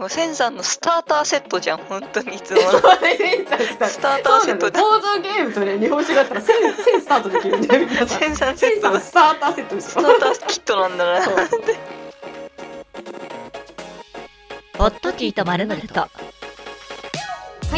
もセンさんのスターターセットじゃん、本当にいつものスターターセット。ボードゲームとね日本酒があったら1000スタートできるんだよ皆さん。 センさんセットのスターターセットですよ。 スターターキットなんだな。 ホットティーとまるまると。 はい、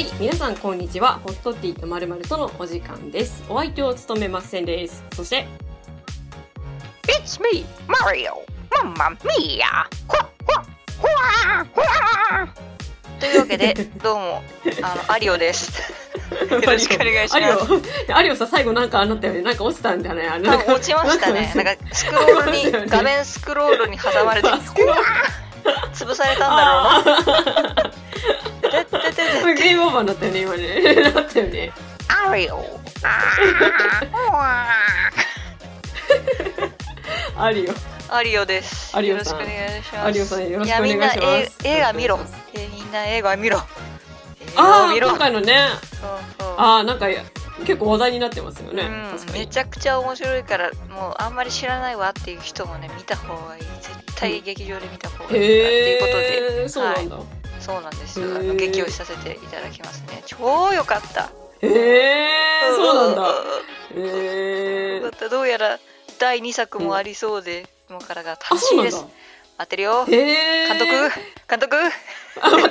皆さんこんにちは。ホットティーとまるまるとのお時間です。お相手を務めますせんです。そして It's me, Mario! マンマミーヤ！ほわほわほわというわけで、どうも、アリオです。よろしくお願いします。 アリオさ、最後なんかあったよね。なんか落ちたんじゃない？ 落ちましたね。なんかスクロールに、画面スクロールに挟まれて、潰されたんだろうな。 ゲームオーバーになったよね、今ね。なったよね。 アリオ。アリオです。よろしくお願いします。 アリオさんよろしくお願いします。 いや、みんな映画見ろ。みんな映画見ろ。 今回のね。 そう。 なんか結構話題になってますよね。 確かにめちゃくちゃ面白いから、もうあんまり知らないわっていう人もね、見た方がいい。絶対劇場で見た方がいいっていうことで。 そうなんだ。 そうなんですよ。激推しさせていただきますね。超良かった。 そうなんだ。 よかった。どうやら第2作もありそうで、今からが楽しみです。待ってるよ。監督また監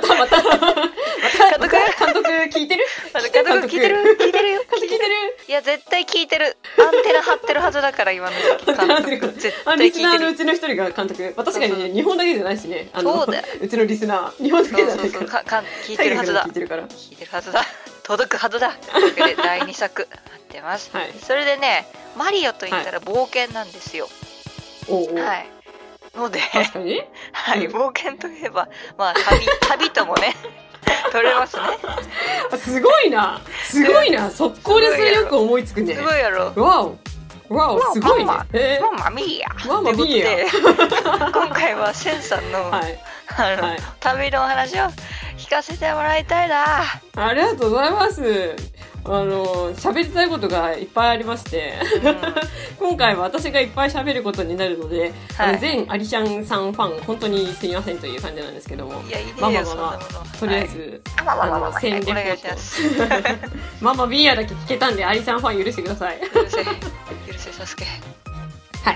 督聞いてる？ 監督聞いてるよ。いや、絶対聞いてる。アンテナ張ってるはずだから、今の時監督絶対聞いてる。 リスナーのうちの一人が監督。確かにね、日本だけじゃないしね。 そうだよ。 うちのリスナー日本だけじゃないから。 聞いてるはずだ。 聞いてるはずだ。届くはずだ。というわけで第2作待ってます。それでね、マリオと言ったら冒険なんですよ。はい。ので、 確かに、 はい、冒険といえば、まあ旅ともね取れますね。 すごいな。速攻でそれよく思いつくね。 すごいやろ。 わお、すごいね。 ママミーヤ。今回はセンさんの旅の話を聞かせてもらいたいな。 ありがとうございます。喋りたいことがいっぱいありまして、今回は私がいっぱい喋ることになるので、全アリちゃんさんファン本当にすみませんという感じなんですけども、とりあえず宣伝レポートママビーヤだけ聞けたんでアリちゃんファン許してください。 許せサスケ。 はい、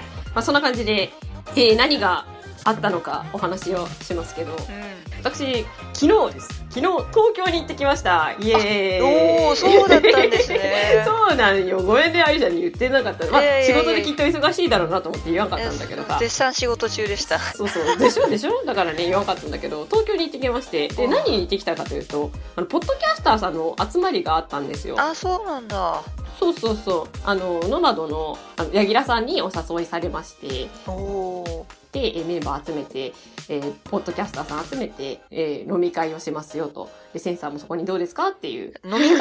そんな感じで、何があったのかお話をしますけど、私昨日東京に行ってきました。イエーイ。 おー、そうだったんですね。 そうなんよ。ごめんね、アリちゃんに言ってなかった。仕事できっと忙しいだろうなと思って言わなかったんだけどさ。 絶賛仕事中でした。 そうでしょだからね言わなかったんだけど、東京に行ってきまして、で何に行ってきたかというと、ポッドキャスターさんの集まりがあったんですよ。 そうなんだ。 そうノマドの柳楽さんにお誘いされまして、でメンバー集めて、ポッドキャスターさん集めて、飲み会をしますよと。でセンサーもそこにどうですかっていう飲み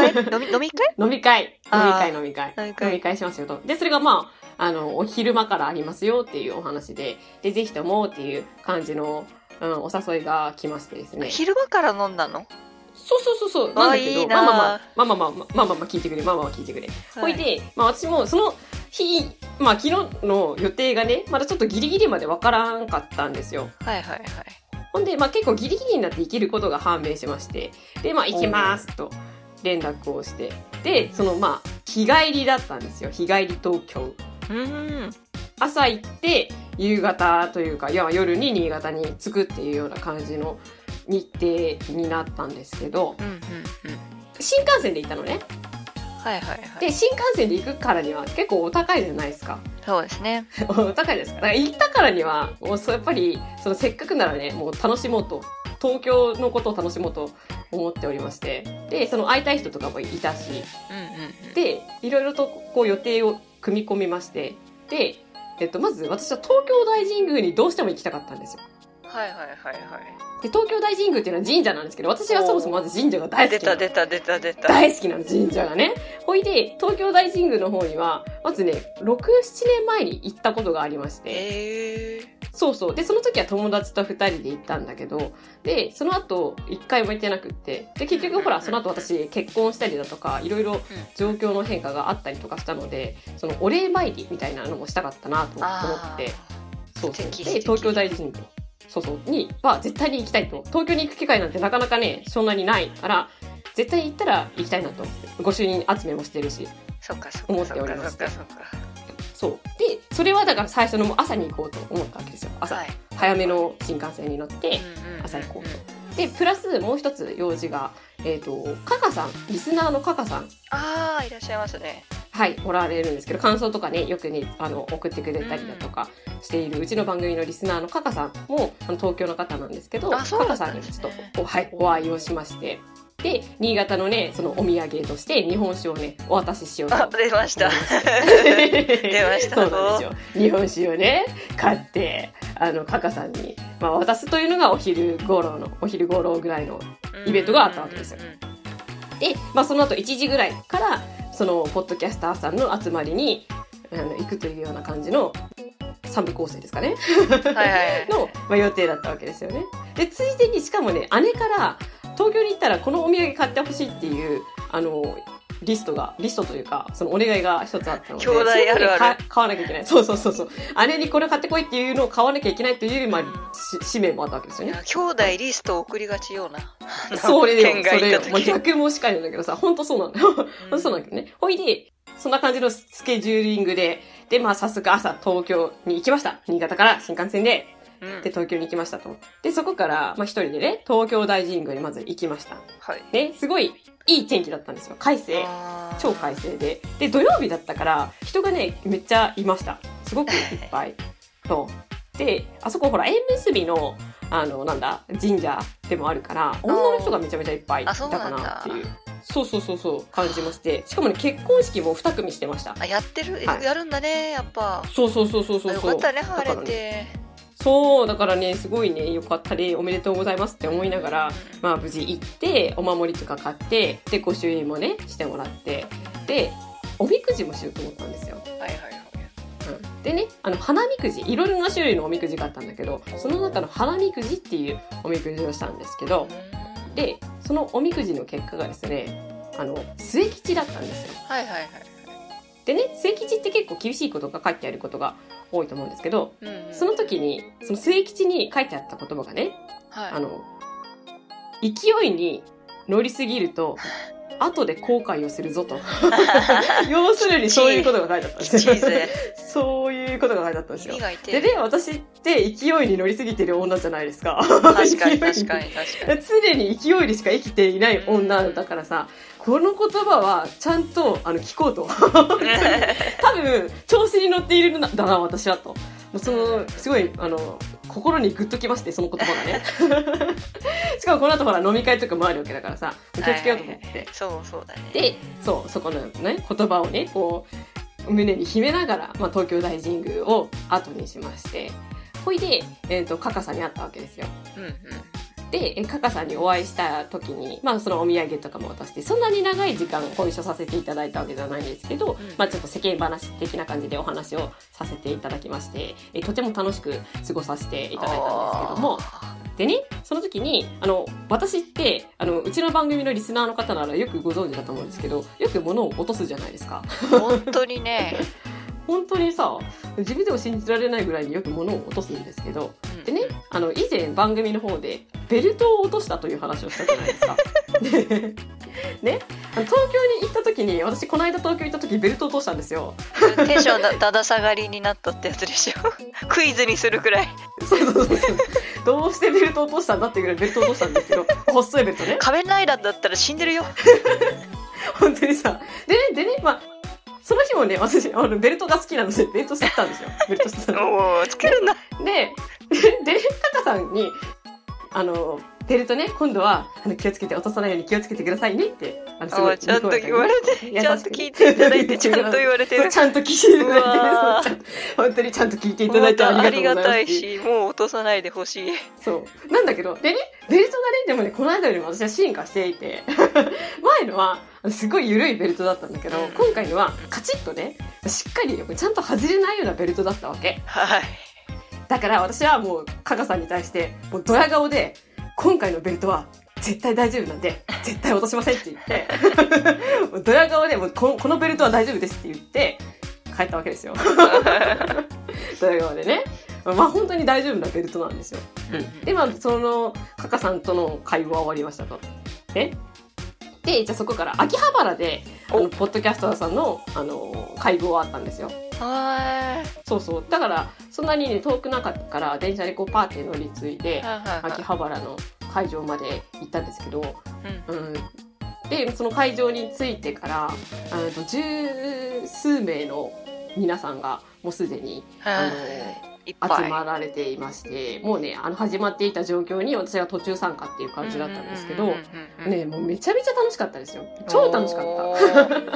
会しますよと。でそれがお昼間からありますよっていうお話で、ぜひともっていう感じの、お誘いが来ましてですね。 昼間から飲んだの？ そうなんだけど、ママ聞いてくれ。ほいで、私もその日、昨日の予定がね、まだちょっとギリギリまでわからんかったんですよ。ほんで、結構ギリギリになって生きることが判明しまして、で、行きますと連絡をして、で、日帰りだったんですよ。日帰り東京。朝行って、夕方というか、夜に新潟に着くっていうような感じの日程になったんですけど、新幹線で行ったのね。で新幹線で行くからには結構お高いじゃないですか。 そうですね。 お高いですから、行ったからにはもうやっぱりせっかくならね、もう楽しもうと、東京のことを楽しもうと思っておりまして、で会いたい人とかもいたし、でいろいろと予定を組み込みまして、でまず私は東京大神宮にどうしても行きたかったんですよ。で東京大神宮っていうのは神社なんですけど、私はそもそもまず神社が大好きなの。 出た。 大好きなの、神社がね。ほいで東京大神宮の方にはまずね 6,7 年前に行ったことがありまして、でその時は友達と2人で行ったんだけど、でその後1回も行ってなくって、で結局ほらその後私結婚したりだとかいろいろ状況の変化があったりとかしたので、そのお礼参りみたいなのもしたかったなと思って、で東京大神宮には絶対に行きたいと。東京に行く機会なんてなかなかね、そんなにないから、絶対行ったら行きたいなと。御朱印集めもしてるし、思っておりまして。そう。で、それはだから最初のもう朝に行こうと思ったわけですよ。朝。早めの新幹線に乗って、朝行こうと。で、プラスもう一つ用事が、カカさん、リスナーのカカさん。 いらっしゃいますね。 はい、おられるんですけど、感想とかね、よくね、送ってくれたりだとかしている、うちの番組のリスナーのカカさんも、東京の方なんですけど、カカさんにちょっと、お会いをしまして、で、新潟のね、そのお土産として日本酒をね、お渡ししようと。 出ました。出ました。 そうなんですよ。日本酒をね、買って、カカさんに、渡すというのがお昼頃ぐらいのイベントがあったわけですよ。で、その後1時ぐらいから、その、ポッドキャスターさんの集まりに、行くというような感じの、3部構成ですかね。の、予定だったわけですよね。で、ついでに、しかもね、姉から、東京に行ったらこのお土産買ってほしいっていう、リストというか、そのお願いが一つあったので。 兄弟あるある。 買わなきゃいけない。そう。姉にこれ買ってこいっていうのを買わなきゃいけないという、使命もあったわけですよね。 兄弟リストを送りがちような。 それ逆もしかりなんだけどさ、ほんとそうなんだよ。そうなんだけどね。ほいで、そんな感じのスケジューリングで、早速朝東京に行きました。新潟から新幹線で。で、東京に行きましたと。で、そこから、一人でね、東京大神宮にまず行きました。 はい。 ね、すごいいい天気だったんですよ。快晴。超快晴で。で、土曜日だったから、人がね、めっちゃいました。すごくいっぱい。そう。で、あそこほら、縁結びの、神社でもあるから、女の人がめちゃめちゃいっぱいいたかなっていう。そう感じまして。しかもね、結婚式も2組してました。 やってる、やるんだね、やっぱ。 そう。 よかったね、晴れて。 そう、だからね、すごいね、よかったね、おめでとうございますって思いながら、無事行って、お守りとか買って、で、御朱印もね、してもらって、で、おみくじもしようと思ったんですよ。でね、花みくじ、いろいろな種類のおみくじがあったんだけど、その中の花みくじっていうおみくじをしたんですけど、で、そのおみくじの結果がですね、末吉だったんですよ。でね、末吉って結構厳しいことが書いてあることが多いと思うんですけど、その時に、その末吉に書いてあった言葉がね、勢いに乗りすぎると、後で後悔をするぞと。要するにそういうことが書いてあったんですよ。そういうことが書いてあったんですよ。でね、私って勢いに乗りすぎてる女じゃないですか。 確かに。 常に勢いでしか生きていない女だからさ、この言葉はちゃんと聞こうと。多分、調子に乗っているんだな、私はと。すごい、心にグッときまして、その言葉がね。しかもこの後ほら飲み会とかもあるわけだからさ、気をつけようと思って。 そうだね。 で、そこのね、言葉をね、こう、胸に秘めながら、東京大神宮を後にしまして、ほいで、カカさんに会ったわけですよ。で、カカさんにお会いした時に、そのお土産とかも渡して、そんなに長い時間ご一緒させていただいたわけではないんですけど、ちょっと世間話的な感じでお話をさせていただきまして、とても楽しく過ごさせていただいたんですけども、でね、その時に、私って、うちの番組のリスナーの方ならよくご存知だと思うんですけど、よく物を落とすじゃないですか。 本当にね。 本当にさ、自分でも信じられないぐらいによく物を落とすんですけど、でね、以前番組の方でベルトを落としたという話をしたじゃないですか。で、ね、東京に行った時に、私この間東京行った時ベルトを落としたんですよ。 テンションだだ下がりになったってやつでしょ。クイズにするくらい。そう。 どうしてベルトを落としたんだっていうぐらいベルトを落としたんですけど、細いベルトね。 仮面ライダーだったら死んでるよ。 本当にさ。でね、その日もね、私、ベルトが好きなので、ベルトしてたんですよ。ベルトしてたの。 つけるんだ。 で、タカさんに、ベルトね、今度は、気をつけて、落とさないように気をつけてくださいねって、 すごい。ちゃんと言われて、ちゃんと聞いていただいて、ちゃんと言われてる。 ちゃんと聞いていただいて、本当にちゃんと聞いていただいてありがとうございます。 ありがたいし、もう落とさないでほしい。 そう。なんだけど、でね、ベルトがね、でもね、この間よりも私は進化していて、前のは、すごい緩いベルトだったんだけど、今回のは、カチッとね、しっかり、ちゃんと外れないようなベルトだったわけ。 はい。 だから私はもう、カカさんに対して、もうドヤ顔で、今回のベルトは絶対大丈夫なんで、絶対落としませんって言って、ドヤ顔でもうこのベルトは大丈夫ですって言って、帰ったわけですよ。ドヤ顔でね。本当に大丈夫なベルトなんですよ。 で、まあ、その、カカさんとの会話は終わりましたと。で、じゃあそこから秋葉原で、ポッドキャスターさんの、会合があったんですよ。そうそう。だから、そんなにね、遠くなかったから、電車でこうパーって乗り継いで、秋葉原の会場まで行ったんですけど、で、その会場に着いてから、十数名の皆さんが、もうすでに、集まられていまして、もうね、始まっていた状況に私が途中参加っていう感じだったんですけど、ね、もうめちゃめちゃ楽しかったですよ。超楽しかった。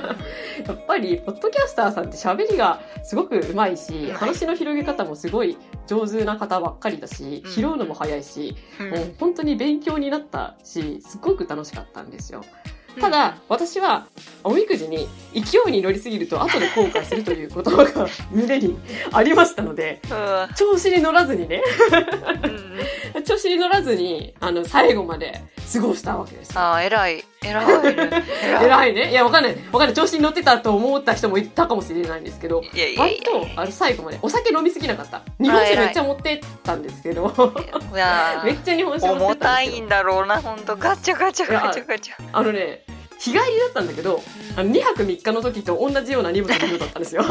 やっぱり、ポッドキャスターさんって喋りがすごく上手いし、話の広げ方もすごい上手な方ばっかりだし、拾うのも早いし、もう本当に勉強になったし、すごく楽しかったんですよ。ただ、私は、おみくじに勢いに乗りすぎると後で後悔するという言葉が胸にありましたので、調子に乗らずにね、調子に乗らずに、最後まで過ごしたわけです。 偉いね。いや、わかんない。調子に乗ってたと思った人もいたかもしれないんですけど、割と、最後まで、お酒飲みすぎなかった。日本酒めっちゃ持ってったんですけど、めっちゃ日本酒持ってったんですけど。 重たいんだろうな、ほんと。ガチャ。 日帰りだったんだけど、2泊3日の時と同じような荷物の量だったんですよ。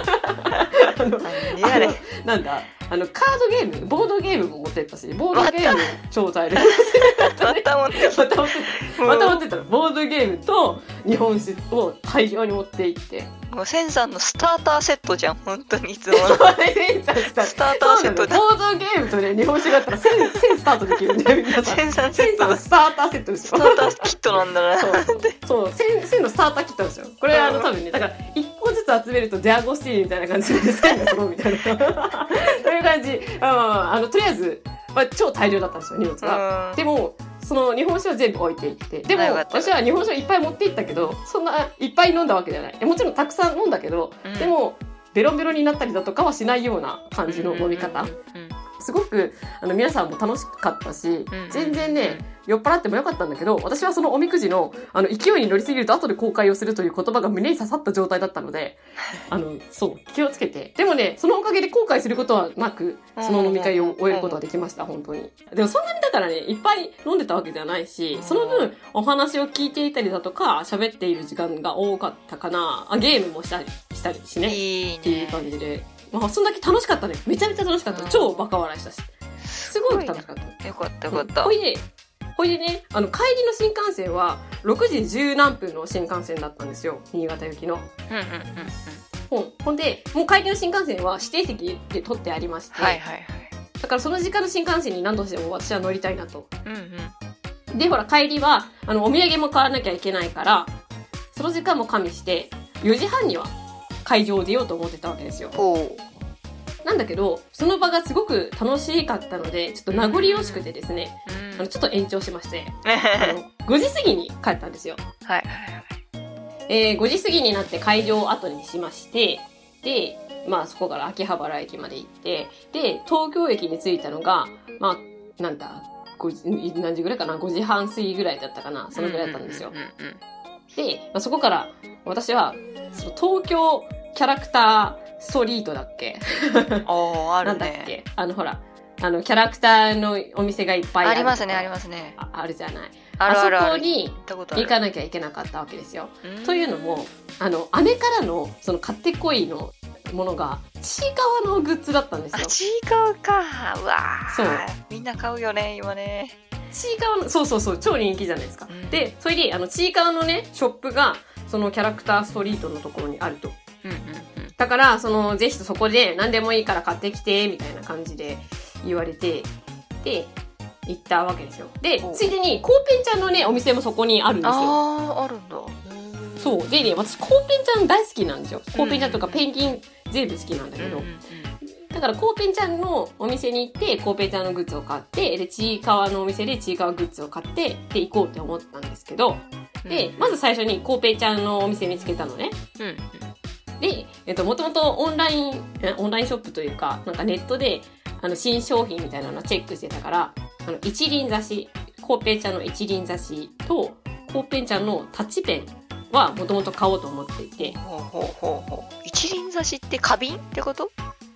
なんだ、カードゲーム、ボードゲームも持ってったし、ボードゲーム超大変。 また持ってたの。ボードゲームと日本酒を大量に持って行って。 もうセンさんのスターターセットじゃん、本当にいつも。 スターターセットで。ボードゲームとね、日本酒があったら1000スタートできるんだよ、皆さん。センさんのスターターセットですよ。 スターターキットなんだな。 そう、1000のスターターキットなんですよ。これ多分ね、だから1個ずつ集めるとデアゴスティーニみたいな感じで1000が揃うみたいな。そういう感じ。とりあえず、超大量だったんですよ、荷物が。でも、その日本酒は全部置いていって。でも、私は日本酒をいっぱい持っていったけど、そんないっぱい飲んだわけじゃない。もちろんたくさん飲んだけど、でも、ベロンベロンになったりだとかはしないような感じの飲み方。すごく、皆さんも楽しかったし、全然ね、酔っ払ってもよかったんだけど、私はそのおみくじの、勢いに乗りすぎると後で後悔をするという言葉が胸に刺さった状態だったので、そう、気をつけて。でもね、そのおかげで後悔することはなく、その飲み会を終えることができました、本当に。でもそんなにだからね、いっぱい飲んでたわけじゃないし、その分、お話を聞いていたりだとか、喋っている時間が多かったかな。ゲームもしたりしね。 いいね。 っていう感じで。まあ、そんだけ楽しかったね。めちゃめちゃ楽しかった。超バカ笑いしたし。すごい楽しかった。 よかった。 ほいでね、帰りの新幹線は、6時10何分の新幹線だったんですよ。新潟行きの。ほんで、もう帰りの新幹線は指定席で取ってありまして。だからその時間の新幹線に何度しても私は乗りたいなと。で、ほら、帰りは、お土産も買わなきゃいけないから、その時間も加味して、4時半には会場を出ようと思ってたわけですよ。なんだけど、その場がすごく楽しかったので、ちょっと名残惜しくてですね、ちょっと延長しまして、5時過ぎに帰ったんですよ。5時過ぎになって会場を後にしまして、で、まあそこから秋葉原駅まで行って、で、東京駅に着いたのが、まあ、何時ぐらいかな ?5 時半過ぎぐらいだったかな、そのぐらいだったんですよ。で、まあ、そこから私は、その東京キャラクターストリートだっけあるね。 なんだっけほら、キャラクターのお店がいっぱいある。 ありますね。 あるじゃない。 あそこに行かなきゃいけなかったわけですよ。というのも、姉からの、その買ってこいのものが、ちいかわのグッズだったんですよ。 ちいかわか。うわそう。 みんな買うよね、今ね。 ちいかわの、そう、超人気じゃないですか。で、それで、ちいかわのね、ショップが、そのキャラクターストリートのところにあると。だから、ぜひそこで何でもいいから買ってきて、みたいな感じで言われて、で、行ったわけですよ。で、ついでに、コーペンちゃんのね、お店もそこにあるんですよ。 あるんだ。 そう。でね、私、コーペンちゃん大好きなんですよ。コーペンちゃんとかペンギン全部好きなんだけど。だから、コーペンちゃんのお店に行って、コーペンちゃんのグッズを買って、で、ちいかわのお店でちいかわグッズを買って、で、行こうって思ったんですけど、で、まず最初にコーペンちゃんのお店見つけたのね。で、もともとオンラインショップというか、なんかネットで、新商品みたいなのをチェックしてたから、一輪挿し、コーペンちゃんの一輪挿しと、コーペンちゃんのタッチペンはもともと買おうと思っていて。 一輪挿しって花瓶ってこと？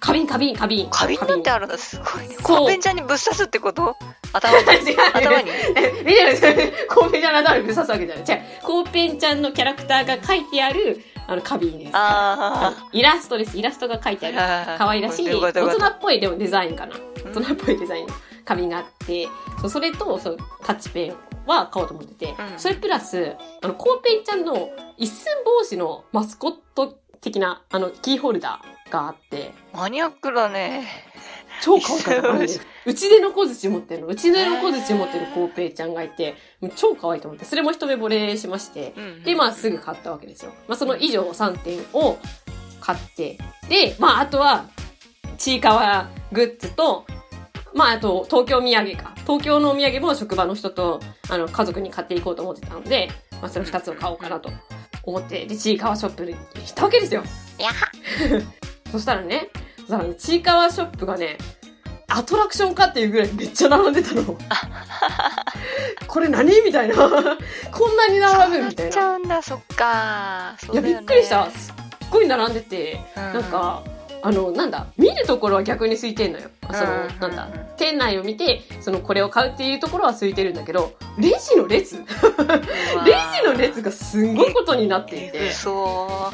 花瓶なんてあるんだ、すごいね。 そうコウペンちゃんにぶっ刺すってこと？頭に頭に見てるコウペンちゃんの頭にぶっ刺すわけじゃない。違う、コウペンちゃんのキャラクターが書いてある花瓶です。イラストです。イラストが書いてある可愛らしい大人っぽいでもデザインかな。大人っぽいデザインの花瓶があって、それとタッチペンは買おうと思ってて、それプラスコウペンちゃんの一寸法師のマスコット的なキーホルダーがあって、 マニアックだね。 超可愛かった。うちでの小槌持ってるコウペイちゃんがいて、超可愛いと思って、それも一目惚れしまして、で、すぐ買ったわけですよ。その以上3点を買って、で、あとは、ちいかわグッズと、あと、東京土産か。東京のお土産も職場の人と、家族に買っていこうと思ってたので、その2つを買おうかなと思って、で、ちいかわショップに行ったわけですよ。 やはそしたらね、ちいかわショップがね、アトラクションかっていうぐらいめっちゃ並んでたの。これ何みたいな。こんなに並ぶみたいな。 ちゃうんだ、そっか。 いや、びっくりした。すっごい並んでて、なんか、見るところは逆に空いてんのよ。店内を見て、これを買うっていうところは空いてるんだけど、レジの列がすんごいことになっていて。そう。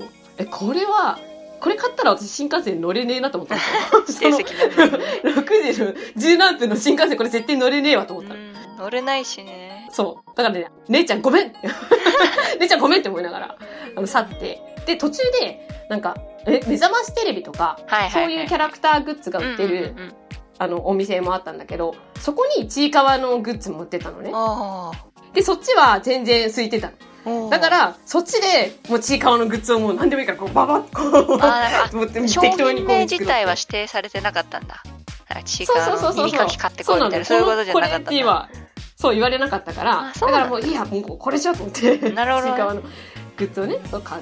これ買ったら私新幹線乗れねえなと思ったんですよ。 指定席なんだね。 6時の10何分の新幹線これ絶対乗れねえわと思った。 乗れないしね。 そう。だからね、姉ちゃんごめん姉ちゃんごめんって思いながら、去って。で、途中で、目覚ましテレビとか、そういうキャラクターグッズが売ってる、お店もあったんだけど、そこにちいかわのグッズも売ってたのね。で、そっちは全然空いてたの。だから、そっちで、もうちいかわのグッズをもう何でもいいから、ババッと持って適当に商品名自体は指定されてなかったんだ。ちいかわの耳かき買ってこいみたいな、そういうことじゃなかったんだ。これっては、 そう言われなかったから、だからもういいや、もうこれしようと思って、 なるほど。 ちいかわのグッズをね、買って。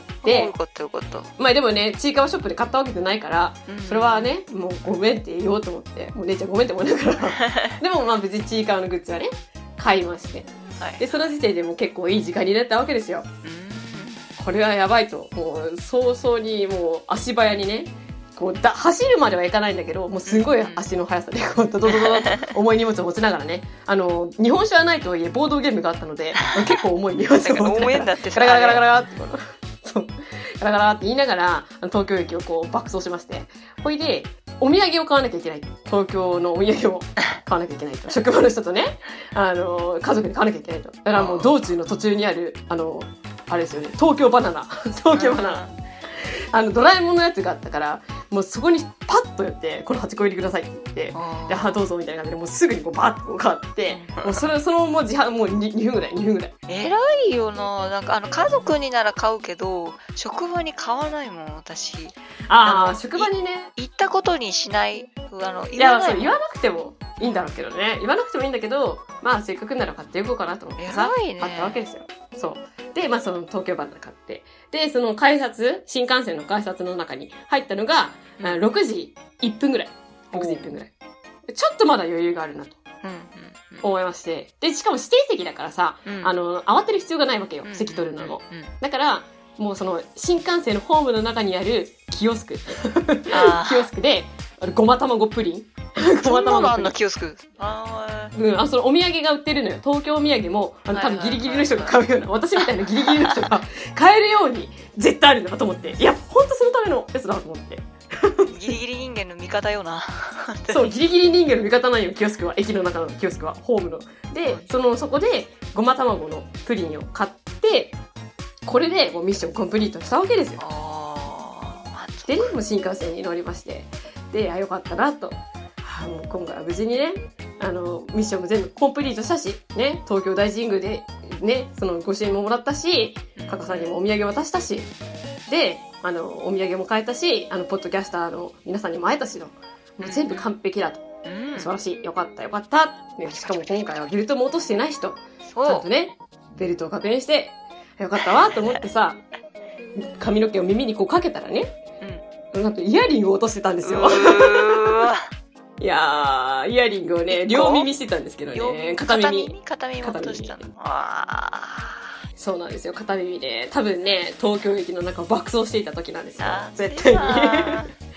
よかったよかった。 でもね、ちいかわショップで買ったわけじゃないから、それはね、もうごめんって言おうと思って、もう姉ちゃんごめんって思いながら。でも別にちいかわのグッズはね、買いまして。で、その時点でもう結構いい時間になったわけですよ。これはやばいと。もう早々にもう足早にね、走るまではいかないんだけど、もうすごい足の速さで、ドドドド重い荷物を持ちながらね、日本酒はないとはいえ、ボードゲームがあったので、結構重い荷物を持ちながら、ガラガラガラガラって、そう、ガラガラって言いながら、東京駅を爆走しまして、ほいで、お土産を買わなきゃいけない。東京のお土産を買わなきゃいけないと。職場の人とね、家族で買わなきゃいけないと。だからもう道中の途中にある、あれですよね、東京バナナ。ドラえもんのやつがあったから、もうそこにパッと寄って、これ8個入りくださいって言って、で、どうぞみたいな感じで、もうすぐにバーッと買って、もうそのもう自販、もう2分ぐらい。 偉いよな。家族になら買うけど、職場に買わないもん、私。 職場にね。 行ったことにしない。 言わなくてもいいんだろうけどね。言わなくてもいいんだけど、せっかくなら買っていこうかなと思ってさ、買ったわけですよ。そう。で、その東京バナナ買って。で、その新幹線の改札の中に入ったのが、6時1分ぐらい。6時1分ぐらい。ちょっとまだ余裕があるなと。思いまして。で、しかも指定席だからさ、慌てる必要がないわけよ。席取るのも。だから、もうその、新幹線のホームの中にあるキオスク。キオスクで、ごま卵プリン。 ごま卵あんのキオスク。 そのお土産が売ってるのよ。東京お土産も、多分ギリギリの人が買うような、私みたいなギリギリの人が買えるように絶対あるんだと思って。いや、ほんとそのためのやつだと思って。 ギリギリ人間の味方よな。 そう、ギリギリ人間の味方なんよ、キオスクは。駅の中のキオスクは、ホームの。で、そこで、ごま卵のプリンを買って、これでもうミッションコンプリートしたわけですよ。でね、もう新幹線に乗りまして。で、よかったなと。もう今回は無事にね、ミッションも全部コンプリートしたし、ね、東京大神宮で、ね、そのご支援ももらったし、カカさんにもお土産渡したし、で、お土産も買えたし、ポッドキャスターの皆さんにも会えたしの、もう全部完璧だと。素晴らしい。よかった、よかった。ね、しかも今回はベルトも落としてない人、ちゃんとね、ベルトを確認して、よかったわと思ってさ、髪の毛を耳にかけたらね、なんとイヤリングを落としてたんですよ。いやー、イヤリングをね、両耳してたんですけどね、片耳落としたの。 そうなんですよ、片耳で。多分ね、東京駅の中を爆走していた時なんですよ。絶対に。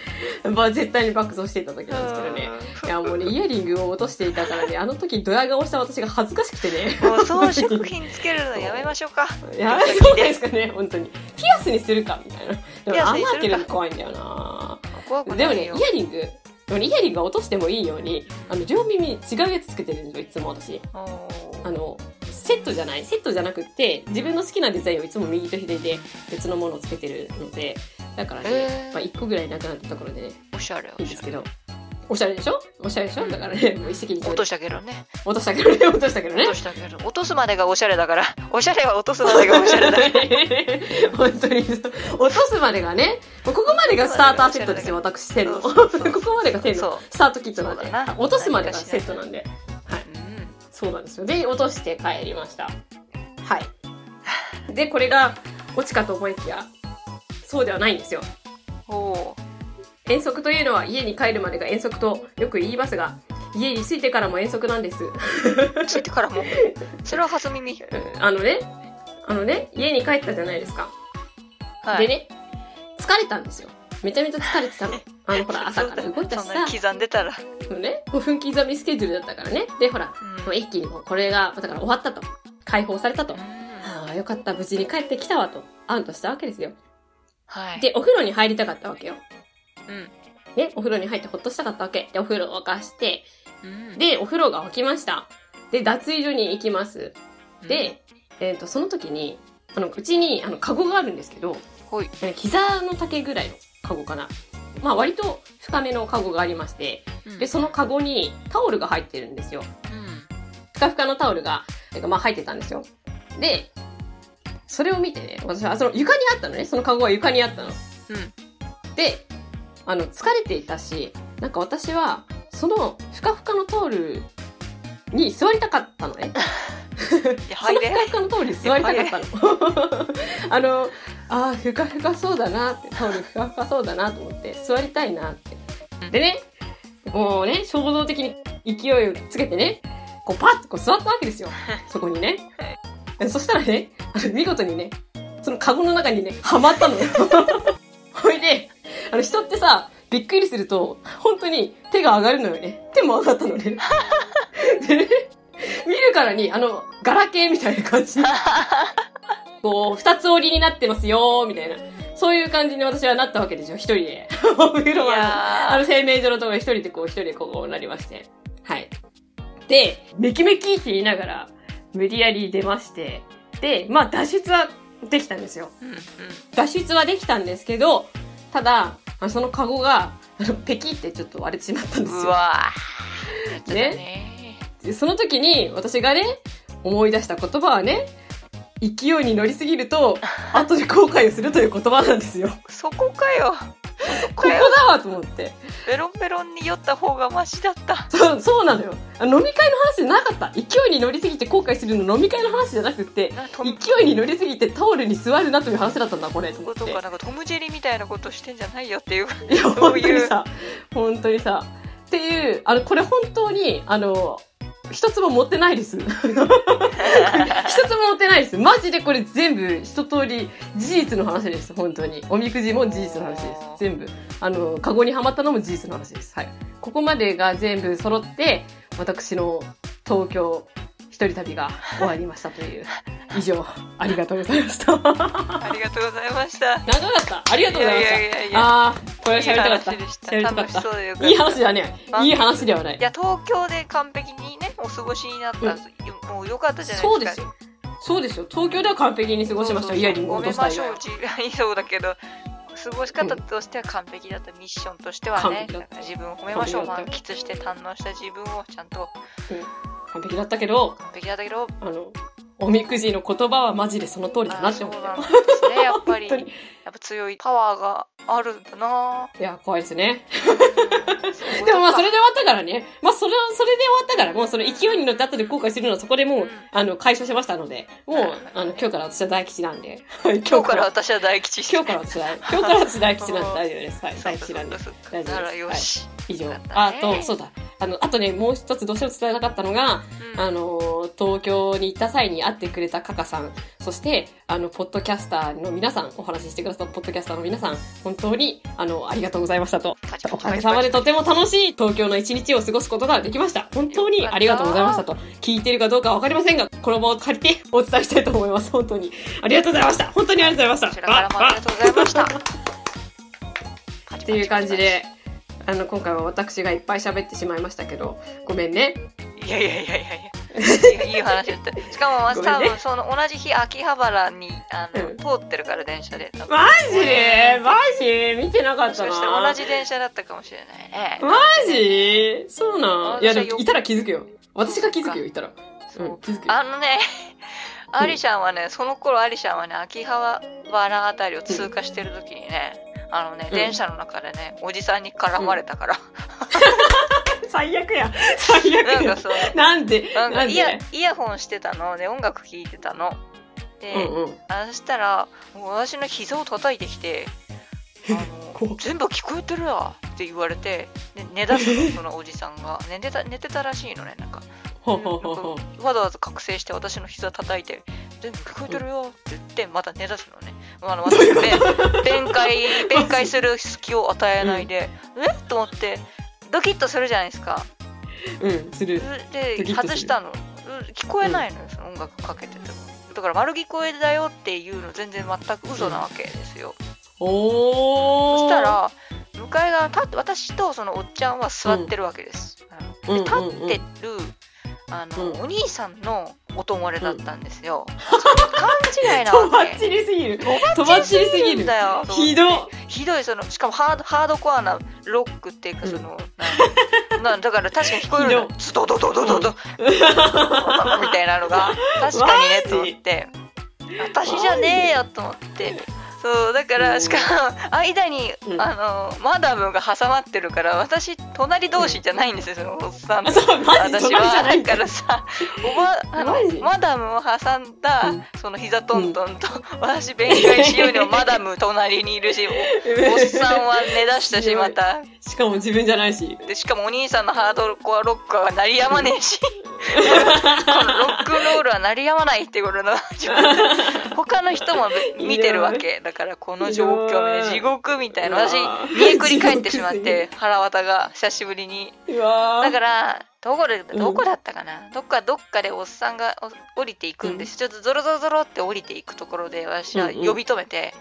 まあ絶対に爆走していた時なんですけどね。いやもうね、イヤリングを落としていたからね、あの時ドヤ顔した私が恥ずかしくてね。 もう装飾品つけるのやめましょうか。 やめそうですかね、本当に。ピアスにするかみたいな。でも穴開けるの怖いんだよな。でもね、イヤリングは落としてもいいように、両耳違うやつつけてるんですよ、いつも私。セットじゃなくって、自分の好きなデザインをいつも右と左で別のものをつけてるので、だからね、まあ1個ぐらいなくなったところでね、 おしゃれいいんですけど。おしゃれでしょ、だからね、もう一石二鳥。 落としたけどね。 落としたけど。 落とすまでがおしゃれだから、おしゃれは落とすまでがおしゃれだ。 本当に、落とすまでがね、ここまでがスターターセットですよ、私、線の。ここまでが線のスタートキットなんで、落とすまでがセットなんで。はい。そうなんですよ。で、落として帰りました。はい。で、これがオチかと思いきや、そうではないんですよ。遠足というのは家に帰るまでが遠足とよく言いますが、家に着いてからも遠足なんです。 着いてからもそれは初耳。 家に帰ったじゃないですか。 はい。 でね、疲れたんですよ。めちゃめちゃ疲れてたの。ほら、朝から動いたしさ。 そんな刻んでたら。 ね、5分刻みスケジュールだったからね。で、ほら、もう一気にもうこれが、だから終わったと。解放されたと。ああ、よかった、無事に帰ってきたわと。安堵したわけですよ。 はい。 で、お風呂に入りたかったわけよ。 うん。 ね、お風呂に入ってほっとしたかったわけ。で、お風呂を沸かして、で、お風呂が沸きました。で、脱衣所に行きます。で、その時に、うちに、カゴがあるんですけど、膝の丈ぐらいのカゴかな。まあ、割と深めのカゴがありまして、で、そのカゴにタオルが入ってるんですよ。ふかふかのタオルが、まあ、入ってたんですよ。で、それを見てね、私は、床にあったのね。そのカゴは床にあったの。で、疲れていたし、なんか私は、そのふかふかのタオルに座りたかったのね。そのふかふかのタオルに座りたかったの。ふかふかそうだなって、タオルふかふかそうだなと思って、座りたいなって。でね、もうね、衝動的に勢いをつけてね、こうパッとこう座ったわけですよ。そこにね。そしたらね、見事にね、そのカゴの中にね、はまったのよ。ほいで、人ってさ、びっくりすると、本当に手が上がるのよね。手も上がったのね。でね、見るからに、ガラケーみたいな感じ。こう、二つ折りになってますよみたいな。そういう感じに私はなったわけですよ、一人で。お風呂は、製麺所のところに一人でこうなりまして。はい。で、メキメキって言いながら、無理やり出まして。で、まあ脱出はできたんですよ。脱出はできたんですけど、ただ、そのカゴが、ペキってちょっと割れてしまったんですよ。 うわぁ。ね。で、その時に私がね、思い出した言葉はね、勢いに乗りすぎると、後で後悔をするという言葉なんですよ。 そこかよ。 ここだわと思って。 ベロンベロンに酔った方がマシだった。 そうなのよ。飲み会の話じゃなかった。勢いに乗りすぎて後悔するの飲み会の話じゃなくって、勢いに乗りすぎてタオルに座るなという話だったんだ、これ。と思って。 なんかトムジェリみたいなことしてんじゃないよっていう。 いや、本当にさ。っていう、これ本当に、一つも持ってないです。一つも持ってないです。マジでこれ全部一通り事実の話です。本当に。おみくじも事実の話です。全部。カゴにはまったのも事実の話です。はい。ここまでが全部揃って、私の東京一人旅が終わりましたという。以上、ありがとうございました。 ありがとうございました。 長かった。ありがとうございました。これは喋りたかった。喋りたかった。いい話だね。いい話ではない。 いや、東京で完璧にね、お過ごしになった。もう良かったじゃないですか。 そうですよ。そうですよ。東京では完璧に過ごしました。イヤリングを落とした以外。 ごめんましょう、違いそうだけど、過ごし方としては完璧だった。ミッションとしてはね。自分を褒めましょう。満喫して堪能した自分をちゃんと。 完璧だったけど、おみくじの言葉はマジでその通りだなって思って。 そうなんですね、やっぱり。やっぱ強いパワーがあるんだな。 いや、怖いですね。でもまあそれで終わったからね。まあそれで終わったから、もうその勢いに乗って後で後悔するのはそこでもう、解消しましたので、もう、今日から私は大吉なんで。 今日から私は大吉。 今日から私大吉なんで大丈夫です。はい、大吉なんで。大丈夫です。 ならよし。 以上。そうだ。あとね、もう一つどうしても伝えなかったのが、 東京に行った際に会ってくれたカカさん、そしてポッドキャスターの皆さん、お話ししてくださったポッドキャスターの皆さん、本当にありがとうございましたと。おかげさまでとても楽しい東京の一日を過ごすことができました。本当にありがとうございましたと。聞いてるかどうかわかりませんが、この場を借りてお伝えしたいと思います。本当にありがとうございました。本当にありがとうございました。 こちらからもありがとうございました。 っていう感じで、今回は私がいっぱい喋ってしまいましたけど、ごめんね。 いやいい話だった。しかも多分その同じ日秋葉原に通ってるから電車で。 マジ見てなかったな。 そして同じ電車だったかもしれないね。 マジそうなん。いやでもいたら気づくよ。私が気づくよ、いたら。気づくよ。 アリシャンはね、その頃アリシャンはね、秋葉原あたりを通過してる時にね、電車の中でね、おじさんに絡まれたから。 最悪や。なんかそう。なんでイヤホンしてたので、音楽聴いてたの。で、そしたら、もう私の膝を叩いてきて、全部聞こえてるわって言われて、で寝出すの、そのおじさんが。寝てたらしいのね、なんか。わざわざ覚醒して私の膝叩いて、全部聞こえてるよって言って、また寝出すのね。弁解する隙を与えないで、と思って、ドキッとするじゃないですか。 する。 で、外したの。聞こえないのよ、その音楽かけてても。だから丸聞こえだよっていうの全然全く嘘なわけですよ。そしたら、向かい側私とそのおっちゃんは座ってるわけです。で立ってるお兄さんのお友達だったんですよ。勘違いなわけ。 とばっちりすぎる。とばっちりすぎるんだよ。ひどい。しかもハードコアなロックっていうか、だから確かに聞こえるの。ドドドドドドみたいなのが確かにねと思って、私じゃねえよと思って。そうだからしかも間にマダムが挟まってるから、私隣同士じゃないんですよ、そのおっさんと私は。だからさ、マダムを挟んだその膝トントンと、私弁解しようにもマダム隣にいるし、おっさんは寝だしたし、またしかも自分じゃないし、 でしかもお兄さんのハードコアロックは鳴りやまねえしこのロックンロールは鳴りやまないってことの他の人も見てるわけだから、この状況ね、地獄みたいな。私見えくり返ってしまって、腹渡が久しぶりに。だからどこだったかな、どっかでおっさんが降りていくんです。ちょっとゾロゾロゾロって降りていくところで、私は呼び止めて、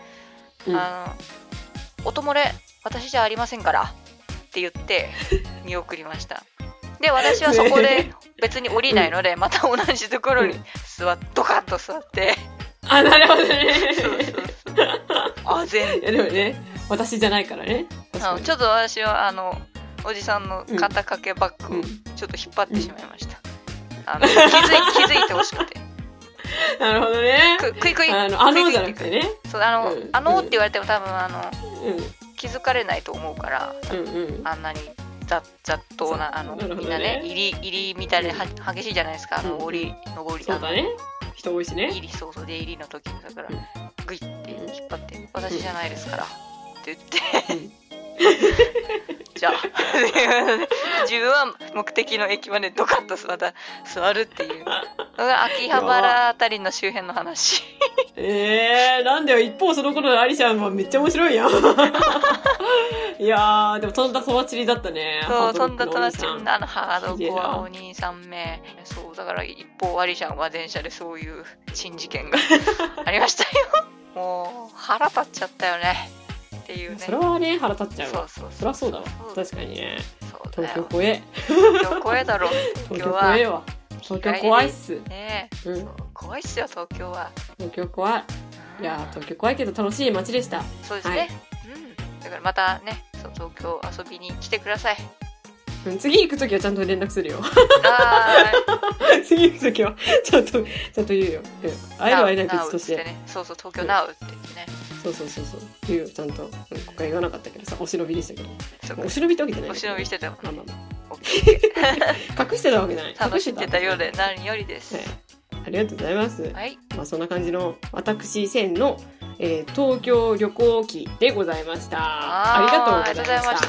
おともれ私じゃありませんからって言って見送りました。で、私はそこで別に降りないので、また同じところにドカッと座って。 なるほどね。 あぜん。 でもね、私じゃないからね。 ちょっと私はおじさんの肩掛けバッグをちょっと引っ張ってしまいました。気づいてほしくて。 なるほどね。 クイクイ。 じゃなくてね。 そう、って言われても多分気づかれないと思うから、あんなに雑踏なみんなね、入りみたいで激しいじゃないですか、上りそうだね、人多いしね。 そう出入りの時だから、グイって引っ張って私じゃないですからって言ってじゃあ自分は目的の駅までドカッとまた座るっていう秋葉原あたりの周辺の話なんだよ。一方その頃のアリちゃんはめっちゃ面白いやんいやー、でもとんだとばっちりだったね。 そう、とんだとばっちり、ハードコアお兄さんめ。そうだから、一方アリちゃんは電車でそういう珍事件がありましたよ。もう腹立っちゃったよねっていうね。 それはね、腹立っちゃうわ。そりゃそうだわ。確かにね。東京怖え。 東京怖えだろ。 東京怖えわ。東京怖いっす。 ね、怖いっすよ、東京は。 東京怖い。いや、東京怖いけど楽しい街でした。 そうですね。だからまたね、東京遊びに来てください。 次行くときはちゃんと連絡するよ。次行くときはちゃんと言うよ。会える会えない別として。 そう、東京ナウって言ってね。 そう言うよ、ちゃんと。今回言わなかったけどさ、お忍びでしたけど。お忍びってわけじゃない。 お忍びしてたもん。 まあ隠してたわけじゃない。 楽しんでたようで何よりです。 ありがとうございます。 はい。 そんな感じの私千の東京旅行記でございました。ありがとうございました。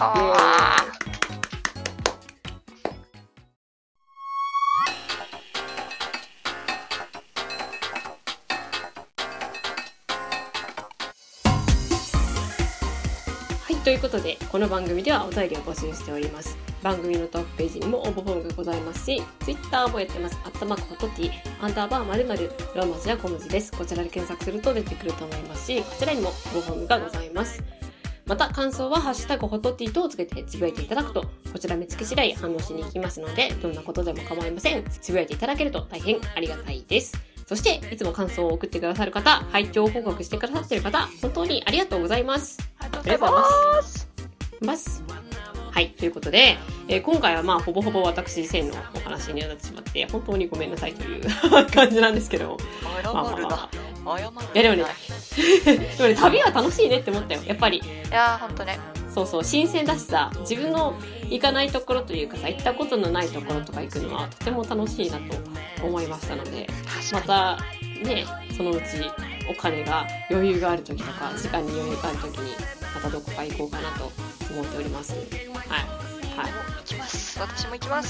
ということで、この番組ではお便りを募集しております。番組のトップページにも応募フォームがございますし、Twitter もやってます。@ホトティ_○○ローマ字や小文字です。こちらで検索すると出てくると思いますし、こちらにも応募フォームがございます。また感想はハッシュタグホトティとをつけてつぶやいていただくと、こちら見つけ次第反応しに行きますので、どんなことでも構いません。つぶやいていただけると大変ありがたいです。そしていつも感想を送ってくださる方、拝聴報告してくださっている方、本当にありがとうございます。 ありがとうございます。 はい、ということで、今回はほぼほぼ私線のお話になってしまって本当にごめんなさいという感じなんですけど、 謝るな。 いやでもね旅は楽しいねって思ったよ、やっぱり。 いやほんとね。 そう新鮮だしさ、自分の行かないところというかさ、行ったことのないところとか行くのはとても楽しいなと思いましたので、またね、そのうちお金が余裕がある時とか時間に余裕がある時にまたどこか行こうかなと思っております。 行きます。私も行きます。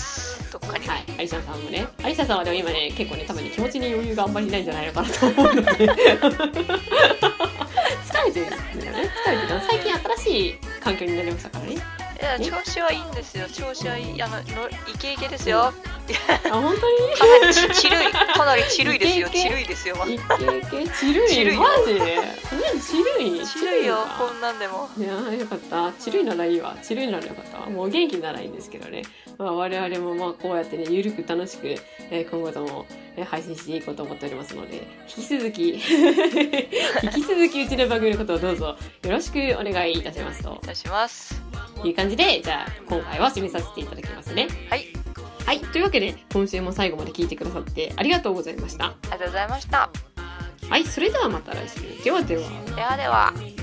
どっかに。 はい。アリサさんもね。アリサさんはでも今ね、結構ね、多分ね、気持ちに余裕があんまりないんじゃないのかなと思うので。疲れてるんだよね。疲れてる。最近新しい環境になりましたからね。 いや、調子はいいんですよ。調子はいい。イケイケですよ。 あ、本当にかなりチルいですよ。チルいですよ。 イケイケチルいマジチルいよ、こんなんでも。 いやよかった。チルいならいいわ。チルいならよかったわ。もう元気ならいいんですけどね。我々もこうやってね、ゆるく楽しく、今後とも、配信していこうと思っておりますので、引き続きうちの番組のことをどうぞよろしくお願いいたしますと。 いたします。 という感じで、じゃあ今回は締めさせていただきますね。はい。というわけで、今週も最後まで聞いてくださってありがとうございました。 ありがとうございました。 はい、それではまた来週。ではでは。 ではでは。